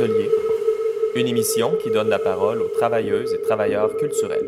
Atelier, une émission qui donne la parole aux travailleuses et travailleurs culturels.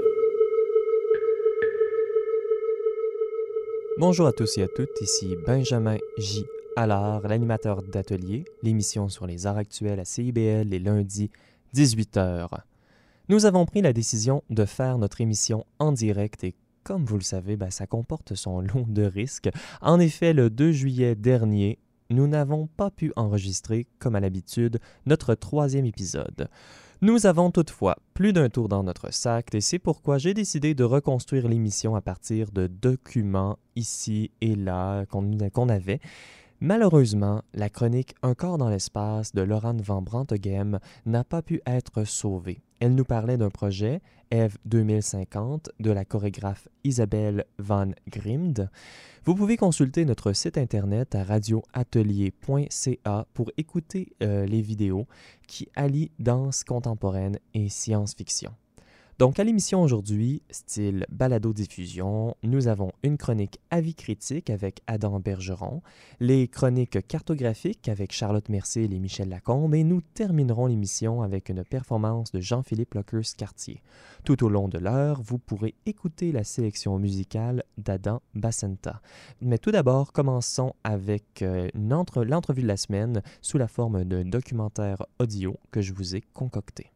Bonjour à tous et à toutes, ici Benjamin J. Allard, l'animateur d'Atelier, l'émission sur les arts actuels à CIBL les lundis 18h. Nous avons pris la décision de faire notre émission en direct et comme vous le savez, ça comporte son lot de risques. En effet, le 2 juillet dernier, nous n'avons pas pu enregistrer, comme à l'habitude, notre 3e épisode. Nous avons toutefois plus d'un tour dans notre sac et c'est pourquoi j'ai décidé de reconstruire l'émission à partir de documents ici et là qu'on avait. Malheureusement, la chronique « Un corps dans l'espace » de Laurent Van Branteghem n'a pas pu être sauvée. Elle nous parlait d'un projet, Eve 2050, de la chorégraphe Isabelle Van Grimd. Vous pouvez consulter notre site internet à radioatelier.ca pour écouter les vidéos qui allient danse contemporaine et science-fiction. Donc, à l'émission aujourd'hui, style balado-diffusion, nous avons une chronique avis critique avec Adam Bergeron, les chroniques cartographiques avec Charlotte Mercier et Michel Lacombe, et nous terminerons l'émission avec une performance de Jean-Philippe Lockers-Cartier. Tout au long de l'heure, vous pourrez écouter la sélection musicale d'Adam Bacenta. Mais tout d'abord, commençons avec l'entrevue de la semaine sous la forme d'un documentaire audio que je vous ai concocté.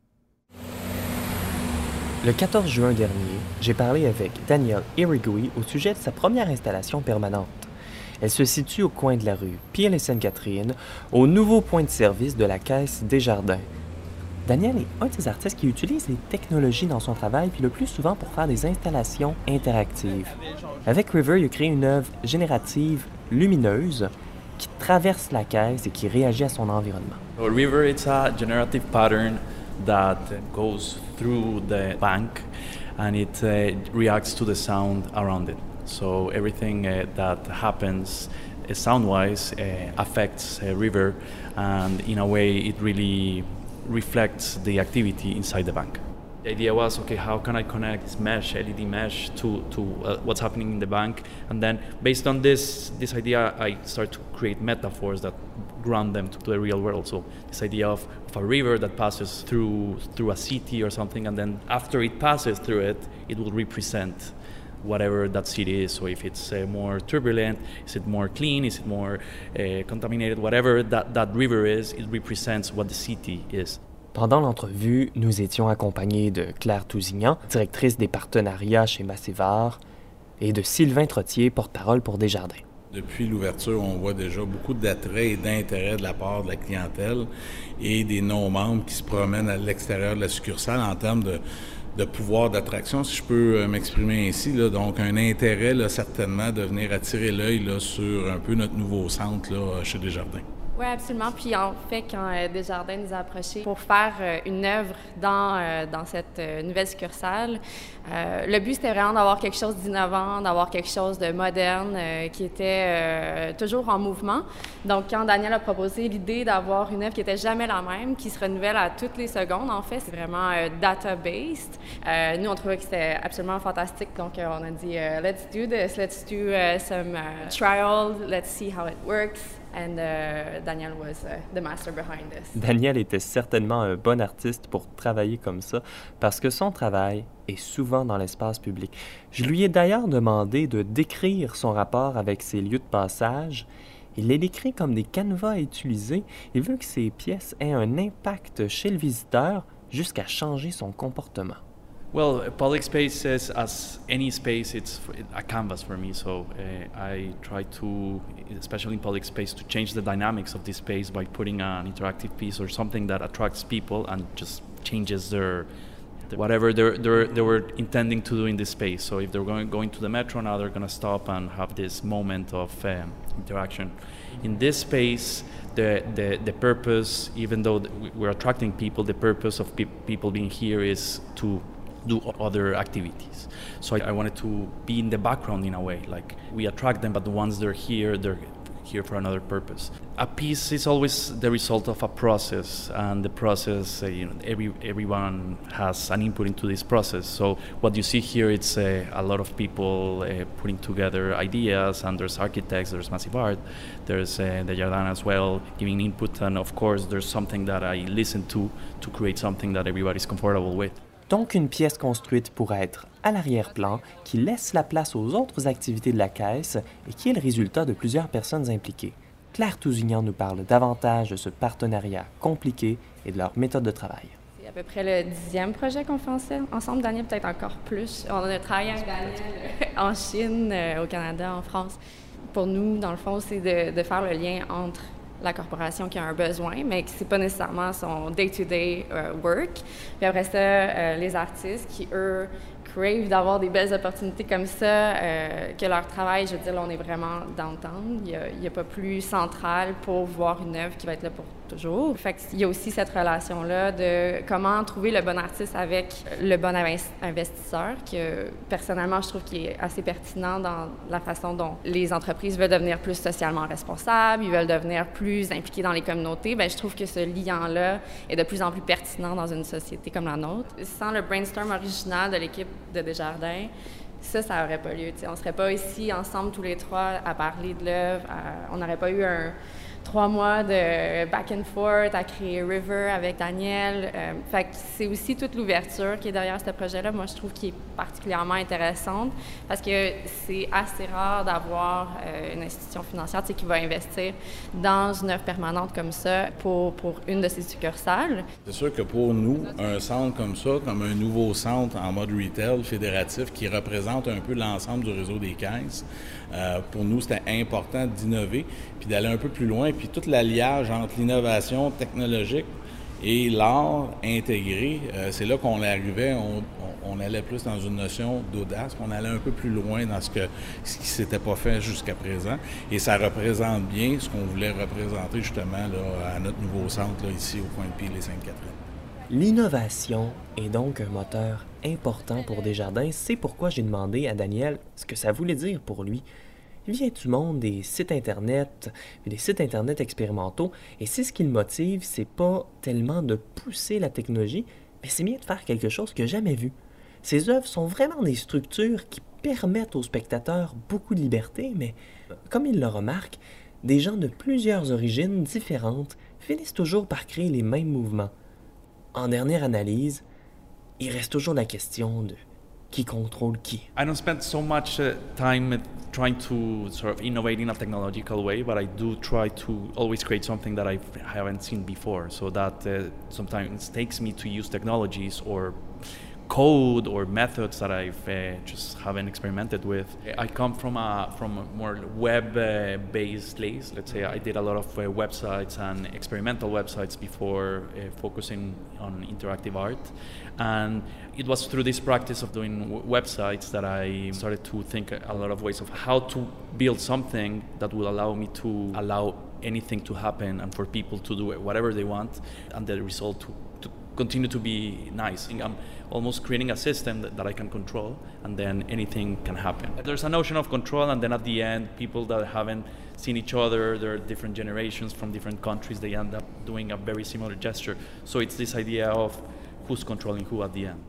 Le 14 juin dernier, j'ai parlé avec Danielle Irigui au sujet de sa première installation permanente. Elle se situe au coin de la rue Pierre et Sainte-Catherine, au nouveau point de service de la Caisse Desjardins. Danielle est un de ces artistes qui utilise les technologies dans son travail, puis le plus souvent pour faire des installations interactives. Avec River, il a créé une œuvre générative lumineuse qui traverse la caisse et qui réagit à son environnement. River, it's a generative pattern that goes through the bank and it reacts to the sound around it. So everything that happens sound-wise affects River, and in a way it really reflects the activity inside the bank. The idea was, okay, how can I connect this mesh, LED mesh, to what's happening in the bank? And then based on this idea, I start to create metaphors that ground them to the real world. So this idea of a river that passes through a city or something, and then after it passes through it, it will represent whatever that city is. So if it's more turbulent, is it more clean, is it more contaminated, whatever that river is, it represents what the city is. Pendant l'entrevue, nous étions accompagnés de Claire Tousignan, directrice des partenariats chez Massivart, et de Sylvain Trottier, porte-parole pour Desjardins. Depuis l'ouverture, on voit déjà beaucoup d'attrait et d'intérêt de la part de la clientèle et des non-membres qui se promènent à l'extérieur de la succursale en termes de pouvoir d'attraction, si je peux m'exprimer ainsi. Là. Donc, un intérêt là, certainement de venir attirer l'œil là, sur un peu notre nouveau centre là, chez Desjardins. Oui, absolument. Puis en fait, quand Desjardins nous a approchés pour faire une œuvre dans cette nouvelle succursale, le but, c'était vraiment d'avoir quelque chose d'innovant, d'avoir quelque chose de moderne qui était toujours en mouvement. Donc, quand Daniel a proposé l'idée d'avoir une œuvre qui n'était jamais la même, qui se renouvelle à toutes les secondes, en fait, c'est vraiment data-based. Nous, on trouvait que c'était absolument fantastique. Donc, on a dit, let's do this, let's do some trial, let's see how it works. And Daniel was the master behind this. Daniel était certainement un bon artiste pour travailler comme ça, parce que son travail est souvent dans l'espace public. Je lui ai d'ailleurs demandé de décrire son rapport avec ces lieux de passage. Il les décrit comme des canevas à utiliser. Il veut que ces pièces aient un impact chez le visiteur jusqu'à changer son comportement. Well, public spaces, as any space, it's a canvas for me. So I try to, especially in public space, to change the dynamics of this space by putting an interactive piece or something that attracts people and just changes whatever they were intending to do in this space. So if they're going to the metro, now they're going to stop and have this moment of interaction. In this space, the purpose, even though we're attracting people, the purpose of people being here is to do other activities. So I wanted to be in the background in a way, like we attract them, but once they're here here for another purpose. A piece is always the result of a process, and the process, everyone has an input into this process. So what you see here, it's a lot of people putting together ideas, and there's architects, there's Massive Art, there's Desjardins as well giving input, and of course there's something that I listen to create something that everybody's comfortable with. Donc une pièce construite pour être à l'arrière-plan, qui laisse la place aux autres activités de la caisse et qui est le résultat de plusieurs personnes impliquées. Claire Tousignan nous parle davantage de ce partenariat compliqué et de leur méthode de travail. C'est à peu près le 10e projet qu'on fait ensemble, Daniel, peut-être encore plus. On a travaillé avec Daniel en Chine, au Canada, en France. Pour nous, dans le fond, c'est de faire le lien entre la corporation qui a un besoin, mais que c'est pas nécessairement son day-to-day work. Puis après ça, les artistes qui, eux, crave d'avoir des belles opportunités comme ça, que leur travail, je veux dire, là, on est vraiment downtown. Il n'y a pas plus central pour voir une œuvre qui va être là pour toujours. Fait qu'il y a aussi cette relation-là de comment trouver le bon artiste avec le bon investisseur, que personnellement, je trouve qu'il est assez pertinent dans la façon dont les entreprises veulent devenir plus socialement responsables, ils veulent devenir plus impliqués dans les communautés. Bien, je trouve que ce lien-là est de plus en plus pertinent dans une société comme la nôtre. Sans le brainstorm original de l'équipe de Desjardins, ça n'aurait pas lieu. T'sais. On ne serait pas ici ensemble tous les trois à parler de l'œuvre. On n'aurait pas eu 3 mois de back and forth à créer River avec Daniel. Fait que c'est aussi toute l'ouverture qui est derrière ce projet-là. Moi, je trouve qu'il est particulièrement intéressante parce que c'est assez rare d'avoir une institution financière qui va investir dans une œuvre permanente comme ça pour une de ses succursales. C'est sûr que pour nous, un centre comme ça, comme un nouveau centre en mode retail fédératif qui représente un peu l'ensemble du réseau des caisses, pour nous, c'était important d'innover puis d'aller un peu plus loin. Puis tout l'alliage entre l'innovation technologique et l'art intégré, c'est là qu'on arrivait, on allait plus dans une notion d'audace, on allait un peu plus loin dans ce qui ne s'était pas fait jusqu'à présent. Et ça représente bien ce qu'on voulait représenter justement là, à notre nouveau centre là, ici au coin de Peel et Sainte-Catherine. L'innovation est donc un moteur important pour Desjardins. C'est pourquoi j'ai demandé à Daniel ce que ça voulait dire pour lui. Il vient du monde des sites Internet expérimentaux, et c'est ce qui le motive, c'est pas tellement de pousser la technologie, mais c'est bien de faire quelque chose qu'il n'a jamais vu. Ces œuvres sont vraiment des structures qui permettent aux spectateurs beaucoup de liberté, mais comme il le remarque, des gens de plusieurs origines différentes finissent toujours par créer les mêmes mouvements. En dernière analyse, il reste toujours la question de qui contrôle qui. I don't spend so much time trying to sort of innovate in a technological way, but I do try to always create something that I haven't seen before, so that sometimes takes me to use technologies or code or methods that I've just haven't experimented with. I come from a more web-based place. Let's say I did a lot of websites and experimental websites before focusing on interactive art. And it was through this practice of doing websites that I started to think a lot of ways of how to build something that will allow me to allow anything to happen and for people to do whatever they want and the result to continue to be nice. I'm almost creating a system that I can control, and then anything can happen. There's a notion of control, and then at the end, people that haven't seen each other, they're different generations from different countries, they end up doing a very similar gesture. So it's this idea of who's controlling who at the end.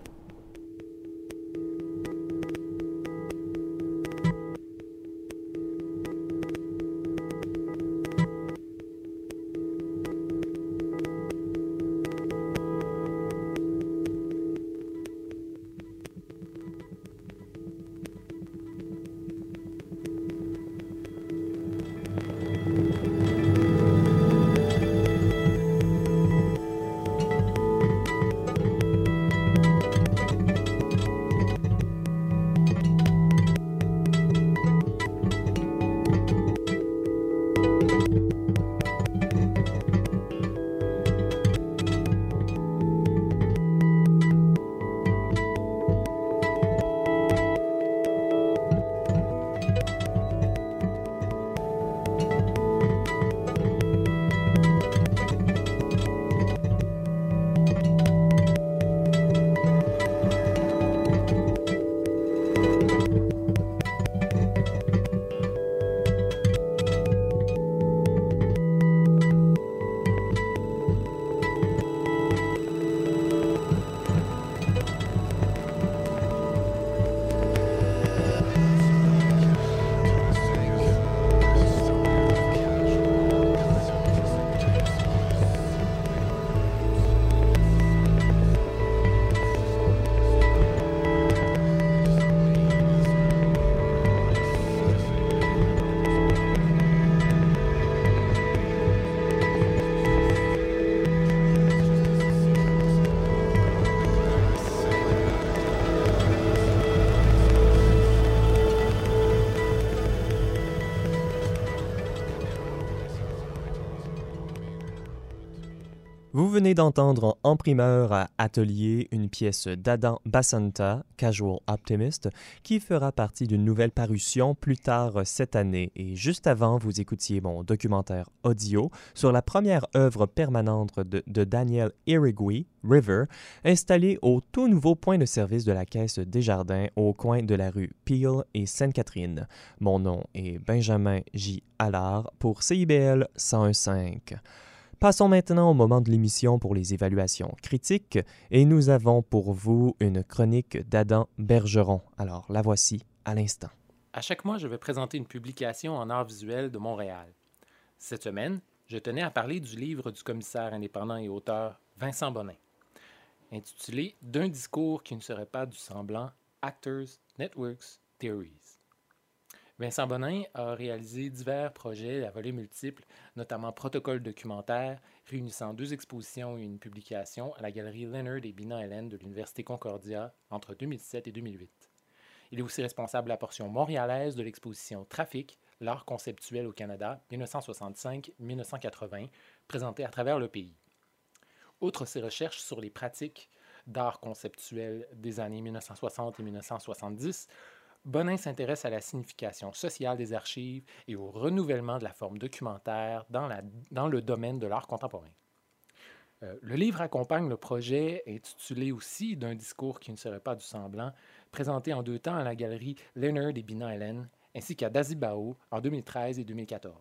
Vous venez d'entendre en primeur à Atelier une pièce d'Adam Basanta, Casual Optimist, qui fera partie d'une nouvelle parution plus tard cette année. Et juste avant, vous écoutiez mon documentaire audio sur la première œuvre permanente de Daniel Irigui, River, installé au tout nouveau point de service de la Caisse Desjardins au coin de la rue Peel et Sainte-Catherine. Mon nom est Benjamin J. Allard pour CIBL 101.5. Passons maintenant au moment de l'émission pour les évaluations critiques et nous avons pour vous une chronique d'Adam Bergeron. Alors la voici à l'instant. À chaque mois, je vais présenter une publication en art visuel de Montréal. Cette semaine, je tenais à parler du livre du commissaire indépendant et auteur Vincent Bonin, intitulé « D'un discours qui ne serait pas du semblant, Actors, Networks, Theories ». Vincent Bonin a réalisé divers projets à volets multiples, notamment Protocole documentaire, réunissant 2 expositions et une publication à la galerie Leonard et Bina Hélène de l'Université Concordia entre 2007 et 2008. Il est aussi responsable de la portion montréalaise de l'exposition Trafic, l'art conceptuel au Canada, 1965-1980, présentée à travers le pays. Outre ses recherches sur les pratiques d'art conceptuel des années 1960 et 1970, Bonin s'intéresse à la signification sociale des archives et au renouvellement de la forme documentaire dans le domaine de l'art contemporain. Le livre accompagne le projet intitulé aussi « D'un discours qui ne serait pas du semblant », présenté en 2 temps à la galerie Leonard et Bina Hélène, ainsi qu'à Dazibao en 2013 et 2014.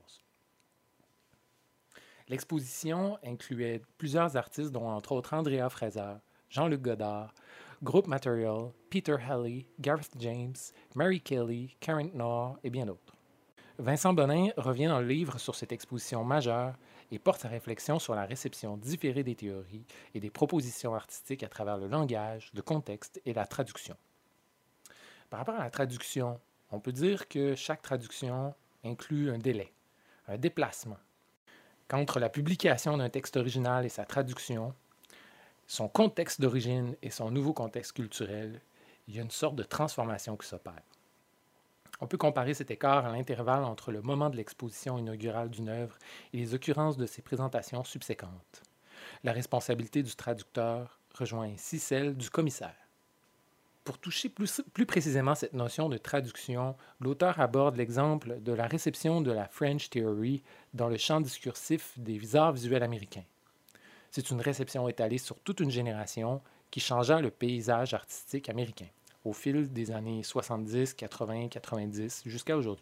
L'exposition incluait plusieurs artistes, dont entre autres Andrea Fraser, Jean-Luc Godard, Group Material, Peter Halley, Gareth James, Mary Kelly, Karen Knorr et bien d'autres. Vincent Bonin revient dans le livre sur cette exposition majeure et porte sa réflexion sur la réception différée des théories et des propositions artistiques à travers le langage, le contexte et la traduction. Par rapport à la traduction, on peut dire que chaque traduction inclut un délai, un déplacement. Qu'entre la publication d'un texte original et sa traduction, son contexte d'origine et son nouveau contexte culturel, il y a une sorte de transformation qui s'opère. On peut comparer cet écart à l'intervalle entre le moment de l'exposition inaugurale d'une œuvre et les occurrences de ses présentations subséquentes. La responsabilité du traducteur rejoint ainsi celle du commissaire. Pour toucher plus précisément cette notion de traduction, l'auteur aborde l'exemple de la réception de la French Theory dans le champ discursif des arts visuels américains. C'est une réception étalée sur toute une génération qui changea le paysage artistique américain au fil des années 70, 80, 90 jusqu'à aujourd'hui.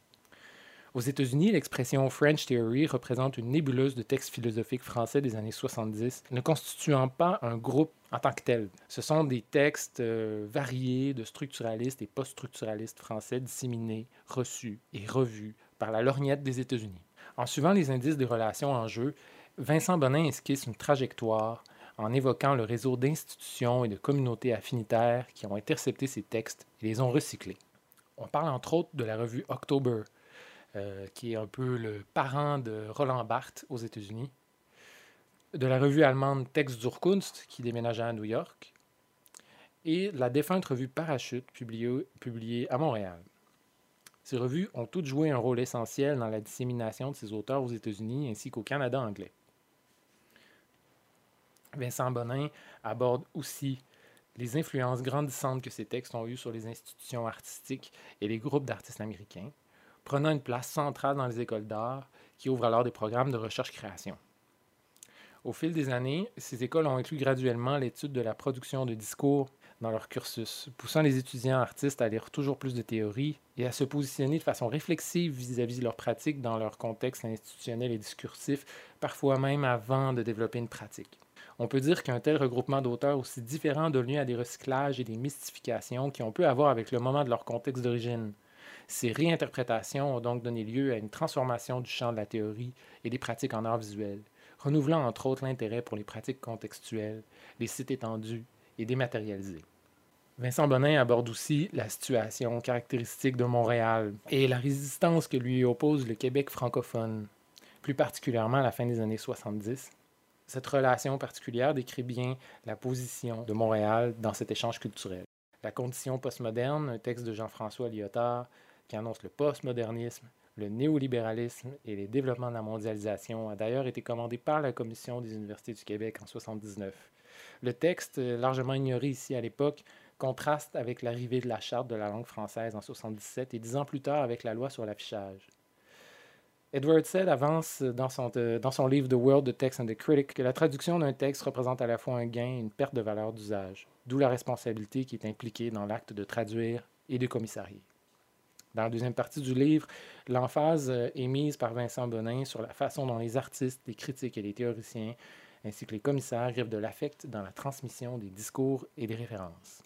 Aux États-Unis, l'expression French Theory représente une nébuleuse de textes philosophiques français des années 70, ne constituant pas un groupe en tant que tel. Ce sont des textes variés de structuralistes et post-structuralistes français disséminés, reçus et revus par la lorgnette des États-Unis. En suivant les indices des relations en jeu, Vincent Bonin esquisse une trajectoire en évoquant le réseau d'institutions et de communautés affinitaires qui ont intercepté ces textes et les ont recyclés. On parle entre autres de la revue October, qui est un peu le parent de Roland Barthes aux États-Unis, de la revue allemande Text zur Kunst, qui déménagea à New York, et la défunte revue Parachute, publiée à Montréal. Ces revues ont toutes joué un rôle essentiel dans la dissémination de ces auteurs aux États-Unis ainsi qu'au Canada anglais. Vincent Bonin aborde aussi les influences grandissantes que ces textes ont eues sur les institutions artistiques et les groupes d'artistes américains, prenant une place centrale dans les écoles d'art qui ouvrent alors des programmes de recherche-création. Au fil des années, ces écoles ont inclus graduellement l'étude de la production de discours dans leur cursus, poussant les étudiants artistes à lire toujours plus de théories et à se positionner de façon réflexive vis-à-vis de leur pratique dans leur contexte institutionnel et discursif, parfois même avant de développer une pratique. On peut dire qu'un tel regroupement d'auteurs aussi différents donne lieu à des recyclages et des mystifications qui ont pu avoir avec le moment de leur contexte d'origine. Ces réinterprétations ont donc donné lieu à une transformation du champ de la théorie et des pratiques en art visuel, renouvelant entre autres l'intérêt pour les pratiques contextuelles, les sites étendus et dématérialisés. Vincent Bonin aborde aussi la situation caractéristique de Montréal et la résistance que lui oppose le Québec francophone, plus particulièrement à la fin des années 70. Cette relation particulière décrit bien la position de Montréal dans cet échange culturel. La condition postmoderne, un texte de Jean-François Lyotard qui annonce le postmodernisme, Le néolibéralisme et les développements de la mondialisation a d'ailleurs été commandé par la Commission des universités du Québec en 1979. Le texte, largement ignoré ici à l'époque, contraste avec l'arrivée de la Charte de la langue française en 1977 et 10 ans plus tard avec la loi sur l'affichage. Edward Said avance dans son livre The World, the Text and the Critic que la traduction d'un texte représente à la fois un gain et une perte de valeur d'usage, d'où la responsabilité qui est impliquée dans l'acte de traduire et de commissarier. Dans la deuxième partie du livre, l'emphase est mise par Vincent Bonin sur la façon dont les artistes, les critiques et les théoriciens, ainsi que les commissaires, grèvent de l'affect dans la transmission des discours et des références.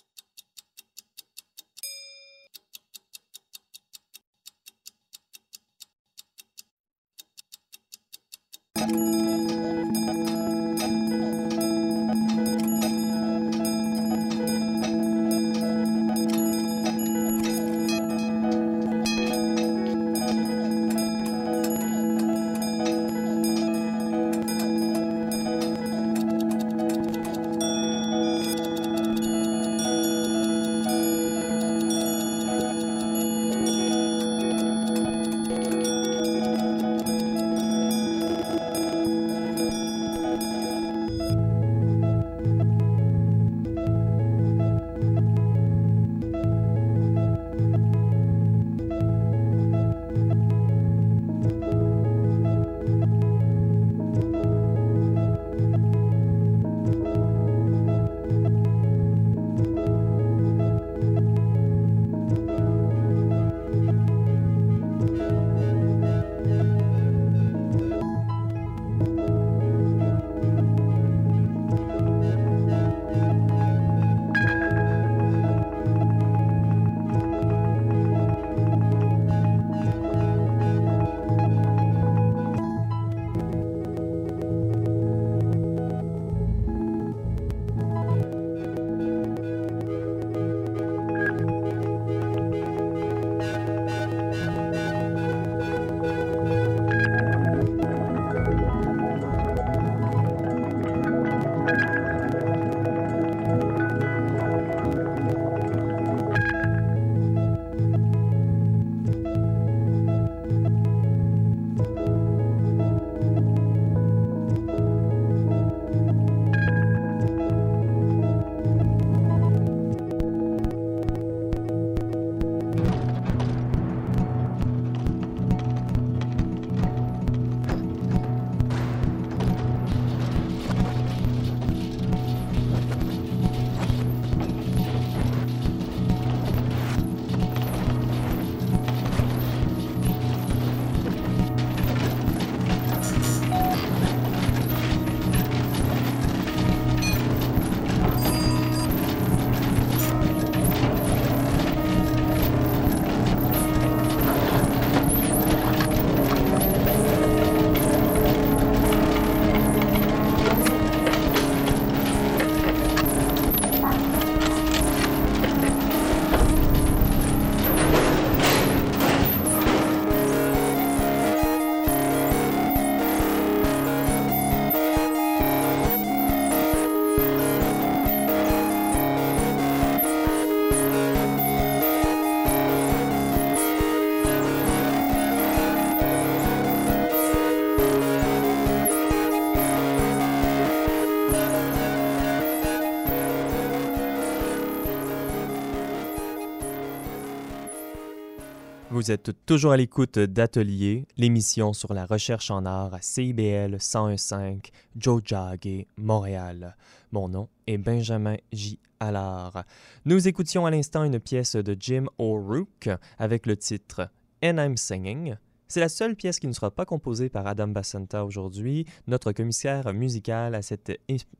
Vous êtes toujours à l'écoute d'Atelier, l'émission sur la recherche en art à CIBL 101.5, Tiohtià:ke, Montréal. Mon nom est Benjamin J. Allard. Nous écoutions à l'instant une pièce de Jim O'Rourke avec le titre « And I'm Singing ». C'est la seule pièce qui ne sera pas composée par Adam Basanta aujourd'hui, notre commissaire musical à cette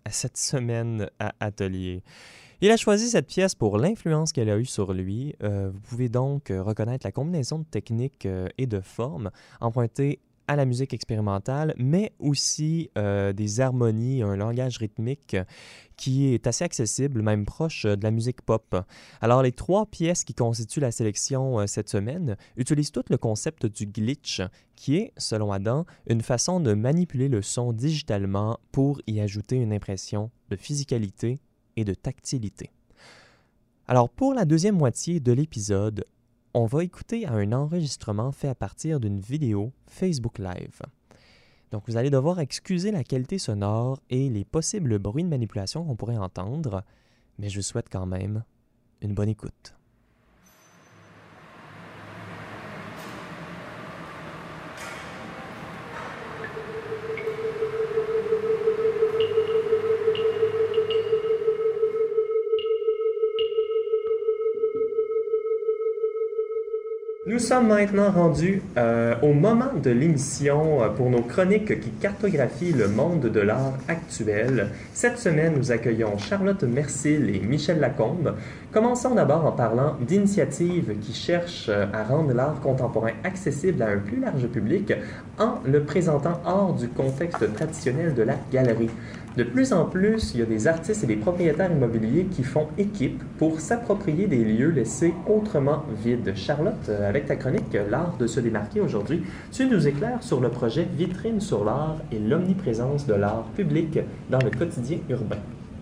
semaine à Atelier. Il a choisi cette pièce pour l'influence qu'elle a eue sur lui. Vous pouvez donc reconnaître la combinaison de techniques et de formes empruntées à la musique expérimentale, mais aussi des harmonies, un langage rythmique qui est assez accessible, même proche de la musique pop. Alors, les 3 pièces qui constituent la sélection cette semaine utilisent toutes le concept du glitch, qui est, selon Adam, une façon de manipuler le son digitalement pour y ajouter une impression de physicalité et de tactilité. Alors, pour la deuxième moitié de l'épisode, on va écouter un enregistrement fait à partir d'une vidéo Facebook Live. Donc, vous allez devoir excuser la qualité sonore et les possibles bruits de manipulation qu'on pourrait entendre, mais je vous souhaite quand même une bonne écoute. Nous sommes maintenant rendus au moment de l'émission pour nos chroniques qui cartographient le monde de l'art actuel. Cette semaine, nous accueillons Charlotte Mercil et Michel Lacombe. Commençons d'abord en parlant d'initiatives qui cherchent à rendre l'art contemporain accessible à un plus large public en le présentant hors du contexte traditionnel de la galerie. De plus en plus, il y a des artistes et des propriétaires immobiliers qui font équipe pour s'approprier des lieux laissés autrement vides. Charlotte, avec ta chronique « L'art de se démarquer » aujourd'hui, tu nous éclaires sur le projet Vitrine sur l'art et l'omniprésence de l'art public dans le quotidien urbain.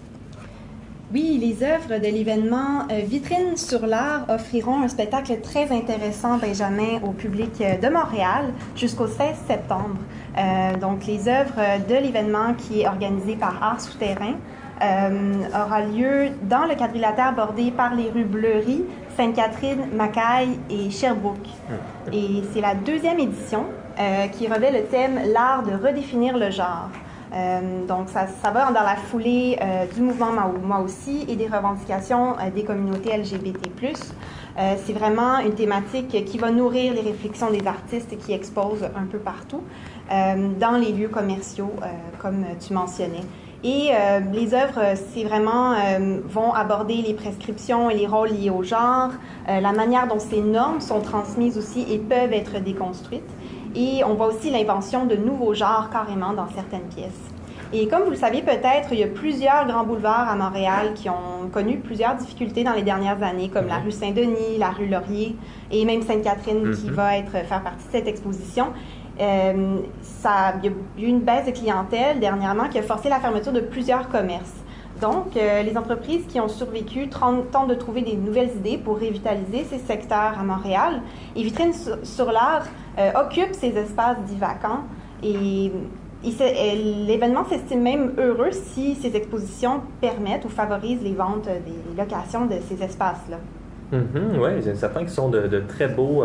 Oui, les œuvres de l'événement Vitrine sur l'art offriront un spectacle très intéressant, Benjamin, au public de Montréal jusqu'au 16 septembre. Donc, les œuvres de l'événement qui est organisé par Art Souterrain aura lieu dans le quadrilatère bordé par les rues Bleury, Sainte-Catherine, Macaille et Sherbrooke. Et c'est la 2e édition qui revêt le thème « L'art de redéfinir le genre ». Donc, ça va dans la foulée du mouvement Moi aussi et des revendications des communautés LGBT+. C'est vraiment une thématique qui va nourrir les réflexions des artistes qui exposent un peu partout dans les lieux commerciaux, comme tu mentionnais. Et les œuvres, c'est vraiment, vont aborder les prescriptions et les rôles liés au genre, la manière dont ces normes sont transmises aussi et peuvent être déconstruites. Et on voit aussi l'invention de nouveaux genres carrément dans certaines pièces. Et comme vous le savez peut-être, il y a plusieurs grands boulevards à Montréal qui ont connu plusieurs difficultés dans les dernières années, comme la rue Saint-Denis, la rue Laurier et même Sainte-Catherine qui va faire partie de cette exposition. Il y a eu une baisse de clientèle dernièrement qui a forcé la fermeture de plusieurs commerces. Donc, les entreprises qui ont survécu tentent de trouver des nouvelles idées pour revitaliser ces secteurs à Montréal. Et Vitrine sur l'art occupe ces espaces dits vacants. Et l'événement s'estime même heureux si ces expositions permettent ou favorisent les ventes, des locations de ces espaces-là. Oui, c'est certain qu'ils sont de très beaux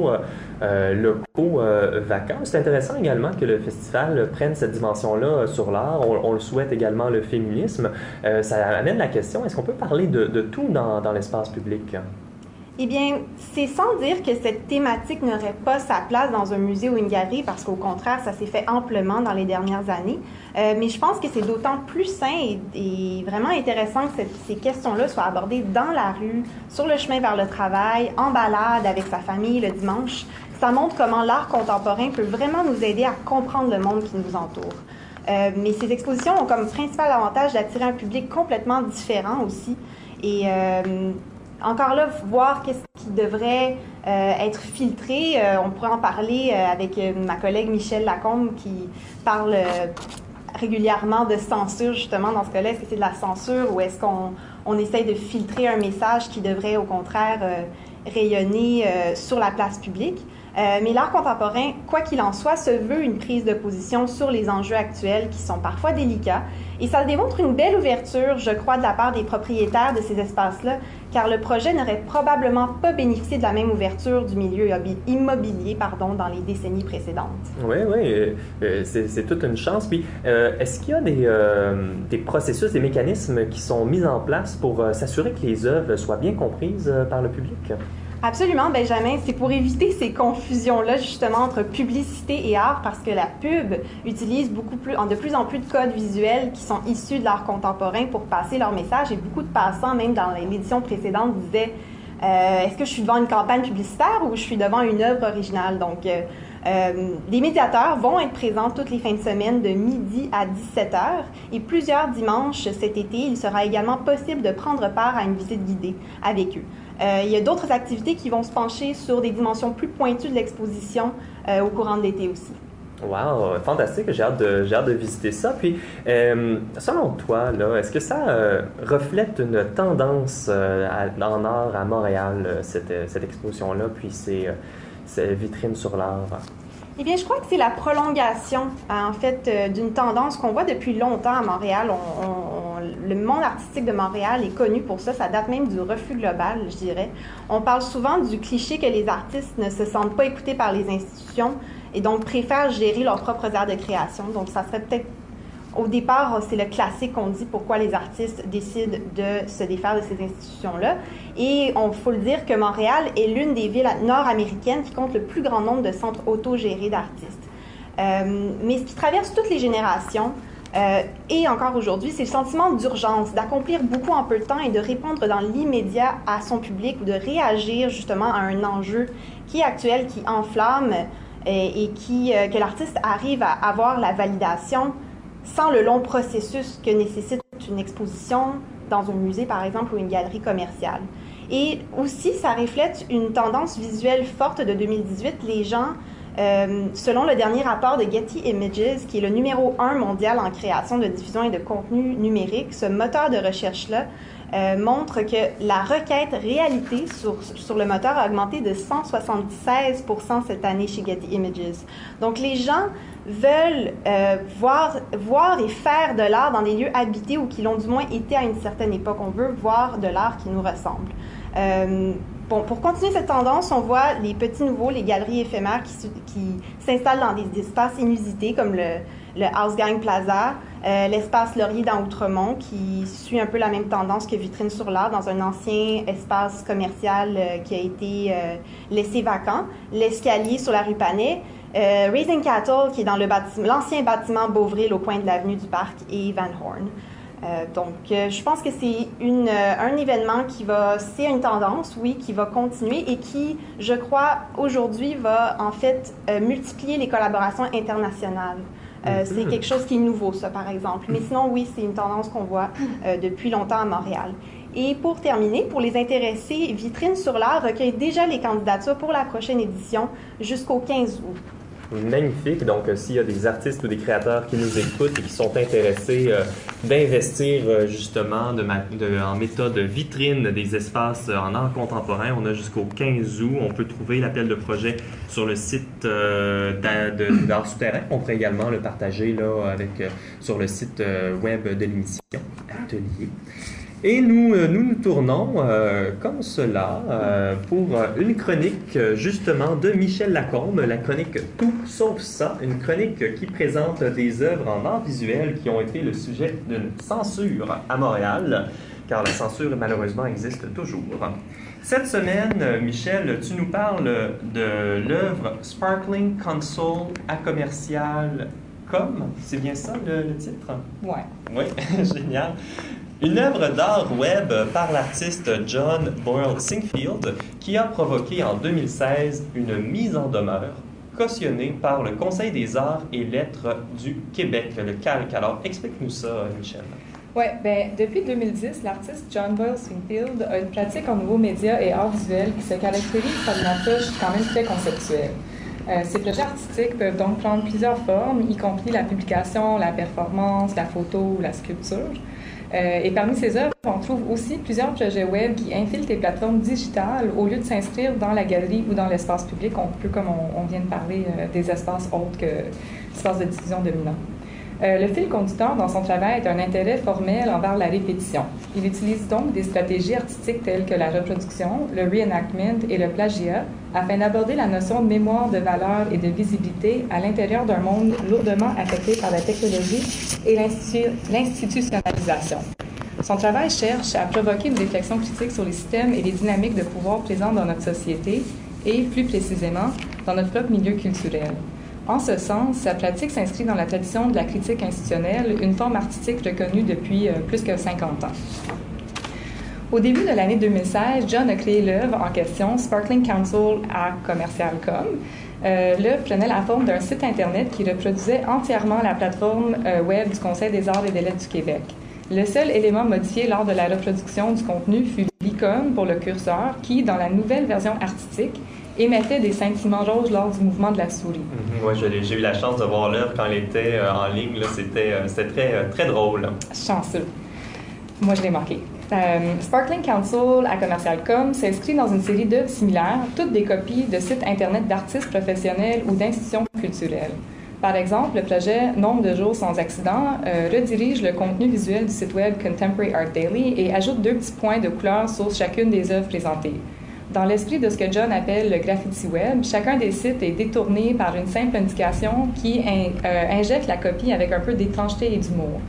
locaux vacants. C'est intéressant également que le festival prenne cette dimension-là sur l'art. On le souhaite également le féminisme. Ça amène la question, est-ce qu'on peut parler de tout dans l'espace public? Eh bien, c'est sans dire que cette thématique n'aurait pas sa place dans un musée ou une galerie, parce qu'au contraire, ça s'est fait amplement dans les dernières années. Mais je pense que c'est d'autant plus sain et vraiment intéressant que ces questions-là soient abordées dans la rue, sur le chemin vers le travail, en balade avec sa famille le dimanche. Ça montre comment l'art contemporain peut vraiment nous aider à comprendre le monde qui nous entoure. Mais ces expositions ont comme principal avantage d'attirer un public complètement différent aussi. Et encore là, voir qu'est-ce qui devrait être filtré. On pourrait en parler avec ma collègue Michel Lacombe qui parle régulièrement de censure, justement, dans ce cas-là. Est-ce que c'est de la censure ou est-ce qu'on essaye de filtrer un message qui devrait, au contraire, rayonner sur la place publique? Mais l'art contemporain, quoi qu'il en soit, se veut une prise de position sur les enjeux actuels qui sont parfois délicats. Et ça démontre une belle ouverture, je crois, de la part des propriétaires de ces espaces-là, car le projet n'aurait probablement pas bénéficié de la même ouverture du milieu immobilier dans les décennies précédentes. Oui, c'est toute une chance. Puis, est-ce qu'il y a des processus, des mécanismes qui sont mis en place pour s'assurer que les œuvres soient bien comprises par le public? Absolument, Benjamin. C'est pour éviter ces confusions-là, justement, entre publicité et art, parce que la pub utilise de plus en plus de codes visuels qui sont issus de l'art contemporain pour passer leur message. Et beaucoup de passants, même dans l'édition précédente, disaient est-ce que je suis devant une campagne publicitaire ou je suis devant une œuvre originale? Donc, les médiateurs vont être présents toutes les fins de semaine de midi à 17h et plusieurs dimanches cet été, il sera également possible de prendre part à une visite guidée avec eux. Il y a d'autres activités qui vont se pencher sur des dimensions plus pointues de l'exposition au courant de l'été aussi. Wow, fantastique, j'ai hâte de visiter ça. Puis, selon toi, là, est-ce que ça reflète une tendance en art à Montréal, cette exposition-là, puis ces vitrines sur l'art? Eh bien, je crois que c'est la prolongation, en fait, d'une tendance qu'on voit depuis longtemps à Montréal. Le monde artistique de Montréal est connu pour ça. Ça date même du refus global, je dirais. On parle souvent du cliché que les artistes ne se sentent pas écoutés par les institutions et donc préfèrent gérer leurs propres aires de création. Donc, ça serait peut-être, au départ, c'est le classique qu'on dit pourquoi les artistes décident de se défaire de ces institutions-là. Et il faut le dire que Montréal est l'une des villes nord-américaines qui compte le plus grand nombre de centres autogérés d'artistes. Mais ce qui traverse toutes les générations, et encore aujourd'hui, c'est le sentiment d'urgence, d'accomplir beaucoup en peu de temps et de répondre dans l'immédiat à son public ou de réagir justement à un enjeu qui est actuel, qui enflamme et que l'artiste arrive à avoir la validation sans le long processus que nécessite une exposition dans un musée, par exemple, ou une galerie commerciale. Et aussi, ça reflète une tendance visuelle forte de 2018. Les gens, selon le dernier rapport de Getty Images, qui est le numéro 1 mondial en création de diffusion et de contenu numérique, ce moteur de recherche-là montre que la requête réalité sur le moteur a augmenté de 176% cette année chez Getty Images. Donc, les gens veulent voir et faire de l'art dans des lieux habités ou qui l'ont du moins été à une certaine époque. On veut voir de l'art qui nous ressemble. Pour continuer cette tendance, on voit les petits nouveaux, les galeries éphémères qui s'installent dans des espaces inusités comme le House Gang Plaza, l'espace Laurier dans Outremont qui suit un peu la même tendance que Vitrine sur l'art dans un ancien espace commercial qui a été laissé vacant, l'escalier sur la rue Panet, Raising Cattle qui est dans l'ancien bâtiment Beauvril au coin de l'avenue du Parc et Van Horn. Donc, je pense que c'est un événement c'est une tendance, oui, qui va continuer et qui, je crois, aujourd'hui va en fait multiplier les collaborations internationales. C'est quelque chose qui est nouveau, ça, par exemple. Mais sinon, oui, c'est une tendance qu'on voit depuis longtemps à Montréal. Et pour terminer, pour les intéressés, Vitrine sur l'art recueille déjà les candidatures pour la prochaine édition jusqu'au 15 août. Magnifique. Donc, s'il y a des artistes ou des créateurs qui nous écoutent et qui sont intéressés d'investir justement en méthode vitrine des espaces en art contemporain, on a jusqu'au 15 août. On peut trouver l'appel de projet sur le site d'Art Souterrain. On pourrait également le partager là, sur le site web de l'émission Atelier. Et nous tournons comme cela pour une chronique justement de Michel Lacombe, la chronique Tout sauf ça, une chronique qui présente des œuvres en art visuel qui ont été le sujet d'une censure à Montréal, car la censure malheureusement existe toujours. Cette semaine, Michel, tu nous parles de l'œuvre Sparkling Console à commercial com, c'est bien ça le titre? Ouais. Oui, génial. Une œuvre d'art web par l'artiste John Boyle Singfield qui a provoqué en 2016 une mise en demeure cautionnée par le Conseil des arts et lettres du Québec, le CALQ. Alors, explique-nous ça, Michel. Oui, bien, depuis 2010, l'artiste John Boyle Singfield a une pratique en nouveaux médias et arts visuels qui se caractérise par une approche quand même très conceptuelle. Ces projets artistiques peuvent donc prendre plusieurs formes, y compris la publication, la performance, la photo ou la sculpture. Et parmi ces œuvres, on trouve aussi plusieurs projets web qui infiltrent les plateformes digitales au lieu de s'inscrire dans la galerie ou dans l'espace public, un peu comme on vient de parler des espaces autres que l'espace de diffusion dominant. Le fil conducteur dans son travail est un intérêt formel envers la répétition. Il utilise donc des stratégies artistiques telles que la reproduction, le reenactment et le plagiat afin d'aborder la notion de mémoire, de valeur et de visibilité à l'intérieur d'un monde lourdement affecté par la technologie et l'institutionnalisation. Son travail cherche à provoquer une réflexion critique sur les systèmes et les dynamiques de pouvoir présents dans notre société et, plus précisément, dans notre propre milieu culturel. En ce sens, sa pratique s'inscrit dans la tradition de la critique institutionnelle, une forme artistique reconnue depuis plus que 50 ans. Au début de l'année 2016, John a créé l'œuvre en question, Sparkling Console à commercial.com. L'œuvre prenait la forme d'un site Internet qui reproduisait entièrement la plateforme web du Conseil des arts et des lettres du Québec. Le seul élément modifié lors de la reproduction du contenu fut l'icône pour le curseur qui, dans la nouvelle version artistique, émettait des scintillements rouges lors du mouvement de la souris. Oui, j'ai eu la chance de voir l'œuvre quand elle était en ligne. C'était très, très drôle. Chanceux. Moi, je l'ai marqué. Sparkling Council à Commercial.com s'inscrit dans une série d'œuvres similaires, toutes des copies de sites Internet d'artistes professionnels ou d'institutions culturelles. Par exemple, le projet Nombre de jours sans accident redirige le contenu visuel du site web Contemporary Art Daily et ajoute 2 petits points de couleur sur chacune des œuvres présentées. Dans l'esprit de ce que John appelle le graffiti web, chacun des sites est détourné par une simple indication qui injecte la copie avec un peu d'étrangeté et d'humour.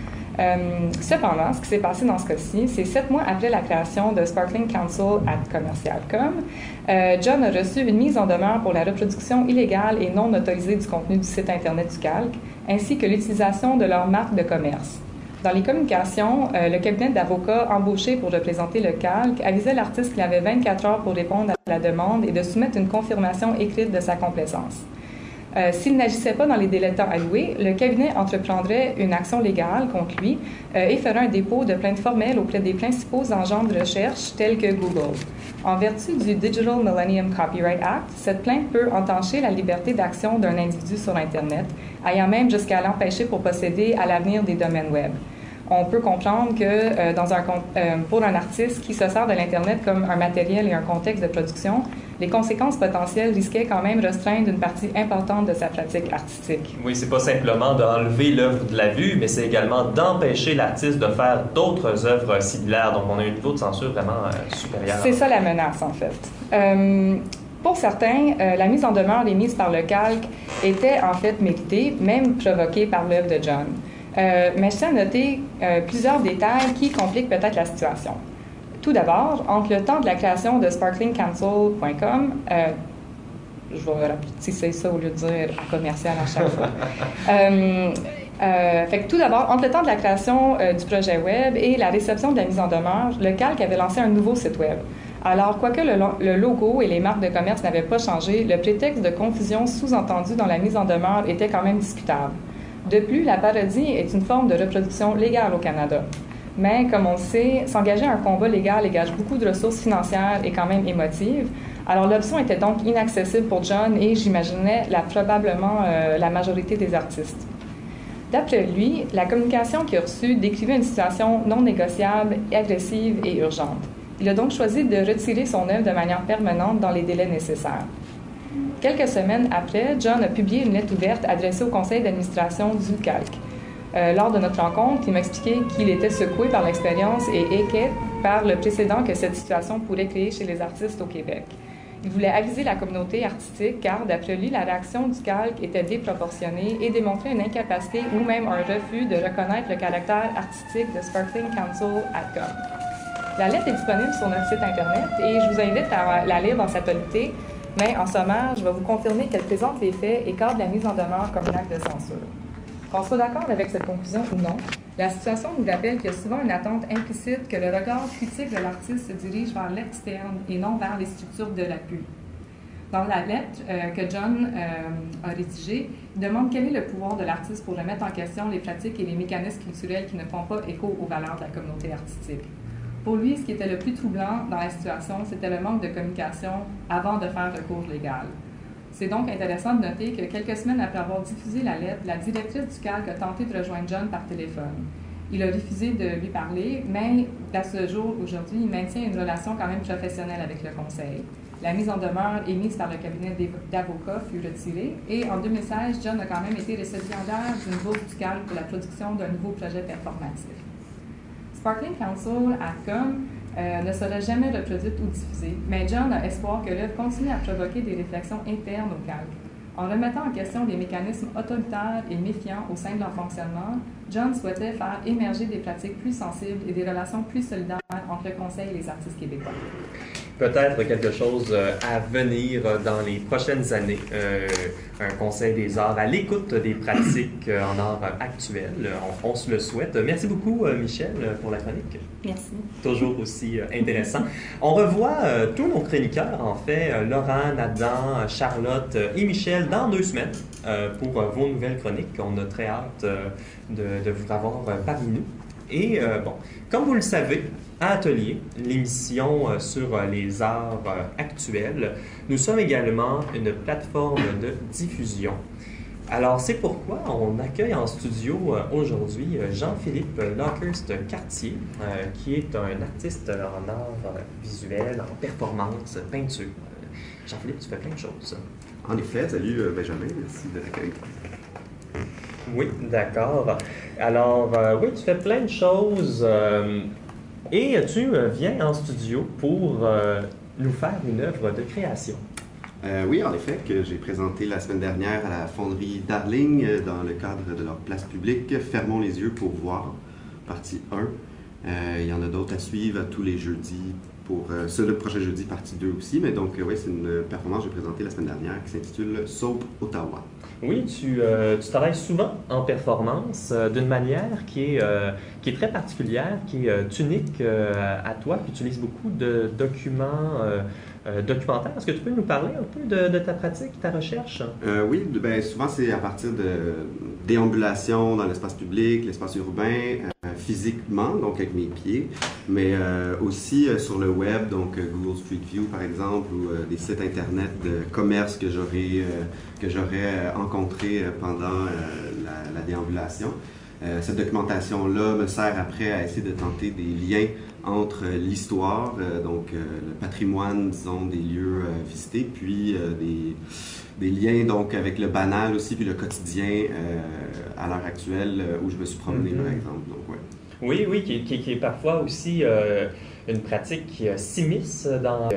Cependant, ce qui s'est passé dans ce cas-ci, c'est 7 mois après la création de Sparkling Council à Commercial.com, John a reçu une mise en demeure pour la reproduction illégale et non autorisée du contenu du site Internet du Calque, ainsi que l'utilisation de leur marque de commerce. Dans les communications, le cabinet d'avocats embauché pour représenter le Calque avisait l'artiste qu'il avait 24 heures pour répondre à la demande et de soumettre une confirmation écrite de sa complaisance. S'il n'agissait pas dans les délais de temps alloués, le cabinet entreprendrait une action légale contre lui et ferait un dépôt de plainte formelle auprès des principaux engins de recherche tels que Google. En vertu du Digital Millennium Copyright Act, cette plainte peut entacher la liberté d'action d'un individu sur Internet, allant même jusqu'à l'empêcher pour posséder à l'avenir des domaines web. On peut comprendre que pour un artiste qui se sert de l'Internet comme un matériel et un contexte de production, les conséquences potentielles risquaient quand même restreindre une partie importante de sa pratique artistique. Oui, c'est pas simplement d'enlever l'œuvre de la vue, mais c'est également d'empêcher l'artiste de faire d'autres œuvres similaires. Donc, on a un niveau de censure vraiment supérieur. C'est ça la menace, en fait. Pour certains, la mise en demeure émise par le Calque était en fait méritée, même provoquée par l'œuvre de John. Mais je tiens à noter plusieurs détails qui compliquent peut-être la situation. Tout d'abord, entre le temps de la création de sparklingcouncil.com, je vais rapetisser ça au lieu de dire à commercial à chaque fois. Fait que tout d'abord, entre le temps de la création du projet web et la réception de la mise en demeure, le Calque avait lancé un nouveau site web. Alors, quoique le logo et les marques de commerce n'avaient pas changé, le prétexte de confusion sous-entendu dans la mise en demeure était quand même discutable. De plus, la parodie est une forme de reproduction légale au Canada. Mais, comme on le sait, s'engager à un combat légal engage beaucoup de ressources financières et quand même émotives. Alors, l'option était donc inaccessible pour John et, j'imaginais, probablement la majorité des artistes. D'après lui, la communication qu'il a reçue décrivait une situation non négociable, agressive et urgente. Il a donc choisi de retirer son œuvre de manière permanente dans les délais nécessaires. Quelques semaines après, John a publié une lettre ouverte adressée au conseil d'administration du Calque. Lors de notre rencontre, il m'a expliqué qu'il était secoué par l'expérience et inquiet par le précédent que cette situation pourrait créer chez les artistes au Québec. Il voulait aviser la communauté artistique car, d'après lui, la réaction du Calque était déproportionnée et démontrait une incapacité ou même un refus de reconnaître le caractère artistique de sparklingcouncil.com. La lettre est disponible sur notre site Internet et je vous invite à la lire dans sa totalité, mais en sommaire, je vais vous confirmer qu'elle présente les faits et cadre la mise en demeure comme un acte de censure. Qu'on soit d'accord avec cette conclusion ou non, la situation nous rappelle qu'il y a souvent une attente implicite que le regard critique de l'artiste se dirige vers l'externe et non vers les structures de l'appui. Dans la lettre que John a rédigée, il demande quel est le pouvoir de l'artiste pour remettre en question les pratiques et les mécanismes culturels qui ne font pas écho aux valeurs de la communauté artistique. Pour lui, ce qui était le plus troublant dans la situation, c'était le manque de communication avant de faire recours légal. C'est donc intéressant de noter que quelques semaines après avoir diffusé la lettre, la directrice du Calque a tenté de rejoindre John par téléphone. Il a refusé de lui parler, mais à ce jour, aujourd'hui, il maintient une relation quand même professionnelle avec le conseil. La mise en demeure émise par le cabinet d'avocats fut retirée et en 2016, John a quand même été récipiendaire d'une bourse du Calque pour la production d'un nouveau projet performatif. Sparklingcouncil.com ne sera jamais reproduite ou diffusée, mais John a espoir que l'œuvre continue à provoquer des réflexions internes au Calque. En remettant en question les mécanismes autoritaires et méfiants au sein de leur fonctionnement, John souhaitait faire émerger des pratiques plus sensibles et des relations plus solidaires entre le Conseil et les artistes québécois. Peut-être quelque chose à venir dans les prochaines années. Un conseil des arts à l'écoute des pratiques en art actuel. On se le souhaite. Merci beaucoup, Michel, pour la chronique. Merci. Toujours aussi intéressant. On revoit tous nos chroniqueurs, en fait, Laurent, Nathan, Charlotte et Michel, dans 2 semaines pour vos nouvelles chroniques. On a très hâte de vous avoir parmi nous. Et bon, comme vous le savez, à Atelier, l'émission sur les arts actuels, nous sommes également une plateforme de diffusion. Alors, c'est pourquoi on accueille en studio aujourd'hui Jean-Philippe Lockhurst-Cartier, qui est un artiste en art visuel, en performance, peinture. Jean-Philippe, tu fais plein de choses. En effet, salut Benjamin, merci de l'accueil. Oui, d'accord. Alors, oui, tu fais plein de choses et tu viens en studio pour nous faire une œuvre de création. Oui, en effet, que j'ai présenté la semaine dernière à la fonderie Darling dans le cadre de leur place publique. Fermons les yeux pour voir, partie 1. Il y en a d'autres à suivre tous les jeudis pour le prochain jeudi, partie 2 aussi. Mais donc, oui, c'est une performance que j'ai présentée la semaine dernière qui s'intitule Soap Ottawa. Oui, tu travailles souvent en performance d'une manière qui est très particulière, qui est unique à toi. Tu utilises beaucoup de documents documentaires. Est-ce que tu peux nous parler un peu de ta pratique, ta recherche? Oui, ben, souvent c'est à partir de déambulations dans l'espace public, l'espace urbain, physiquement, donc avec mes pieds, mais aussi sur le web, donc Google Street View par exemple, ou des sites internet de commerce que j'aurais rencontrés pendant la déambulation. Cette documentation-là me sert après à essayer de tenter des liens entre l'histoire, donc le patrimoine, disons, des lieux visités, puis des liens donc avec le banal aussi, puis le quotidien à l'heure actuelle où je me suis promené, par exemple. Donc, ouais. Oui, qui est parfois aussi une pratique qui s'immisce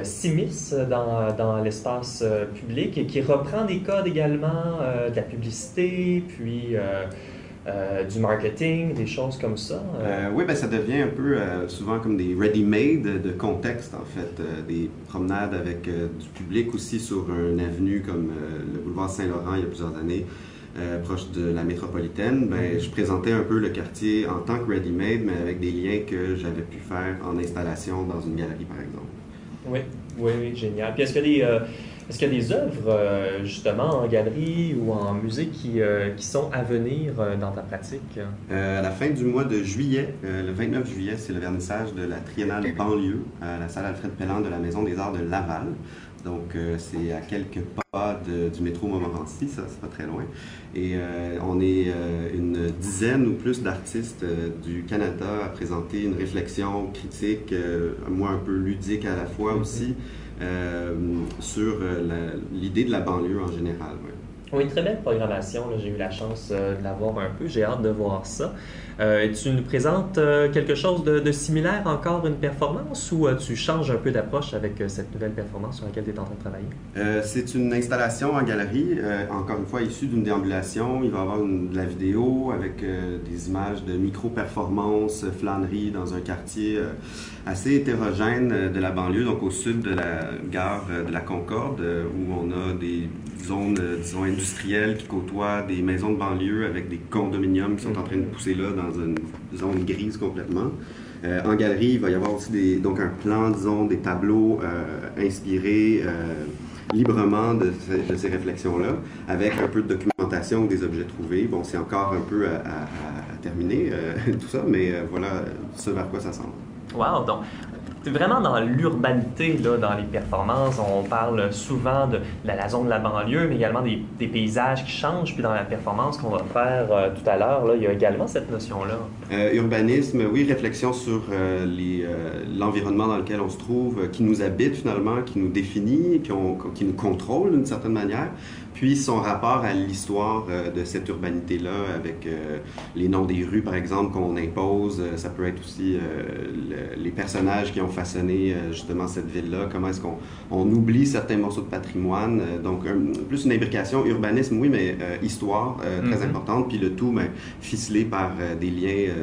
dans l'espace public et qui reprend des codes également de la publicité, puis du marketing, des choses comme ça. Oui, ben ça devient un peu souvent comme des ready-made de contexte, en fait. Des promenades avec du public aussi sur une avenue comme le boulevard Saint-Laurent il y a plusieurs années, proche de la métropolitaine. Ben, je présentais un peu le quartier en tant que ready-made, mais avec des liens que j'avais pu faire en installation dans une galerie, par exemple. Oui, génial. Puis est-ce qu'il y a des œuvres, justement, en galerie ou en musée qui sont à venir dans ta pratique? À la fin du mois de juillet, le 29 juillet, c'est le vernissage de la Triennale Banlieue à la salle Alfred Pelland de la Maison des Arts de Laval. Donc, c'est à quelques pas du métro Montmorency, ça, c'est pas très loin. Et on est une dizaine ou plus d'artistes du Canada à présenter une réflexion critique, moi un peu ludique à la fois aussi, sur l'idée de la banlieue en général. Ouais. Oui, très belle programmation. Là, j'ai eu la chance de la voir un peu. J'ai hâte de voir ça. Tu nous présentes quelque chose de similaire encore, une performance, ou tu changes un peu d'approche avec cette nouvelle performance sur laquelle tu es en train de travailler? C'est une installation en galerie, encore une fois issue d'une déambulation. Il va y avoir de la vidéo avec des images de micro-performances, flâneries dans un quartier assez hétérogène de la banlieue, donc au sud de la gare de la Concorde, où on a des zones, disons, industrielles qui côtoient des maisons de banlieue avec des condominiums qui sont en train de pousser là dans une zone grise complètement. En galerie, il va y avoir aussi donc un plan, disons, des tableaux inspirés librement de ces réflexions-là, avec un peu de documentation des objets trouvés. Bon, c'est encore un peu à terminer tout ça, mais voilà ce vers quoi ça semble. Wow! Donc, vraiment dans l'urbanité, là, dans les performances, on parle souvent de la zone de la banlieue, mais également des paysages qui changent. Puis dans la performance qu'on va faire tout à l'heure, là, il y a également cette notion-là. Urbanisme, oui, réflexion sur l'environnement dans lequel on se trouve, qui nous habite finalement, qui nous définit, qui nous contrôle d'une certaine manière. Puis son rapport à l'histoire de cette urbanité-là, avec les noms des rues, par exemple, qu'on impose. Ça peut être aussi les personnages qui ont façonné justement cette ville-là. Comment est-ce qu'on oublie certains morceaux de patrimoine. Donc, plus une imbrication, urbanisme, oui, mais histoire, très importante. Puis le tout, ficelé par des liens,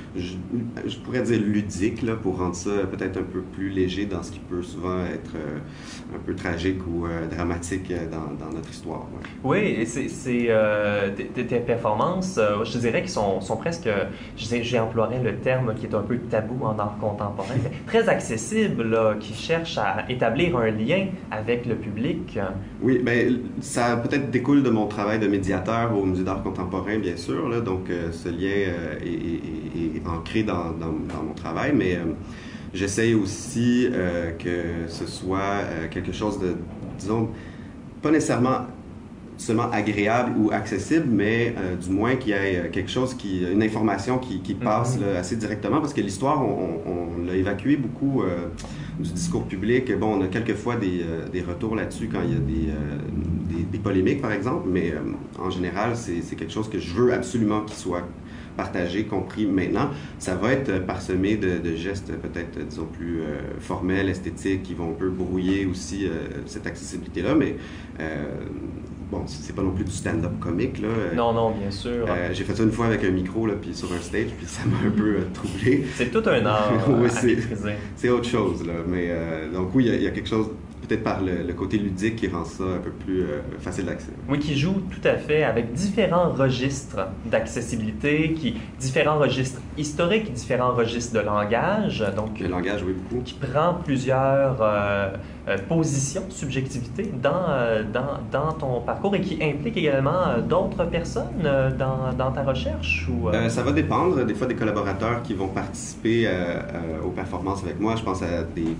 je pourrais dire ludiques, là, pour rendre ça peut-être un peu plus léger dans ce qui peut souvent être un peu tragique ou dramatique dans notre histoire. Ouais. Oui, c'est tes performances, je te dirais qu'ils sont presque, j'emploierais le terme qui est un peu tabou en art contemporain, mais très accessible, là, qui cherche à établir un lien avec le public. Oui, bien, ça peut-être découle de mon travail de médiateur au Musée d'art contemporain, bien sûr, là, donc ce lien est ancré dans mon travail, mais j'essaye aussi que ce soit quelque chose de, disons, pas nécessairement seulement agréable ou accessible, mais du moins qu'il y ait quelque chose, une information qui passe là, assez directement, parce que l'histoire, on l'a évacué beaucoup du discours public. Bon, on a quelquefois des retours là-dessus quand il y a des polémiques, par exemple, mais en général, c'est quelque chose que je veux absolument qu'il soit partagé, compris maintenant. Ça va être parsemé de gestes peut-être, disons, plus formels, esthétiques, qui vont un peu brouiller aussi cette accessibilité-là, mais bon, c'est pas non plus du stand-up comique, là. Non, bien sûr. J'ai fait ça une fois avec un micro, là, puis sur un stage, puis ça m'a un peu troublé. C'est tout un art oui, à maîtriser. C'est autre chose, là. Mais donc oui, il y a quelque chose, peut-être par le côté ludique, qui rend ça un peu plus facile d'accès. Oui, qui joue tout à fait avec différents registres d'accessibilité, différents registres historiques, différents registres de langage. Donc, le langage, oui, beaucoup. Qui prend plusieurs positions, subjectivité dans ton parcours et qui implique également d'autres personnes dans ta recherche? Ou, ça va dépendre. Des fois, des collaborateurs qui vont participer aux performances avec moi. Je pense à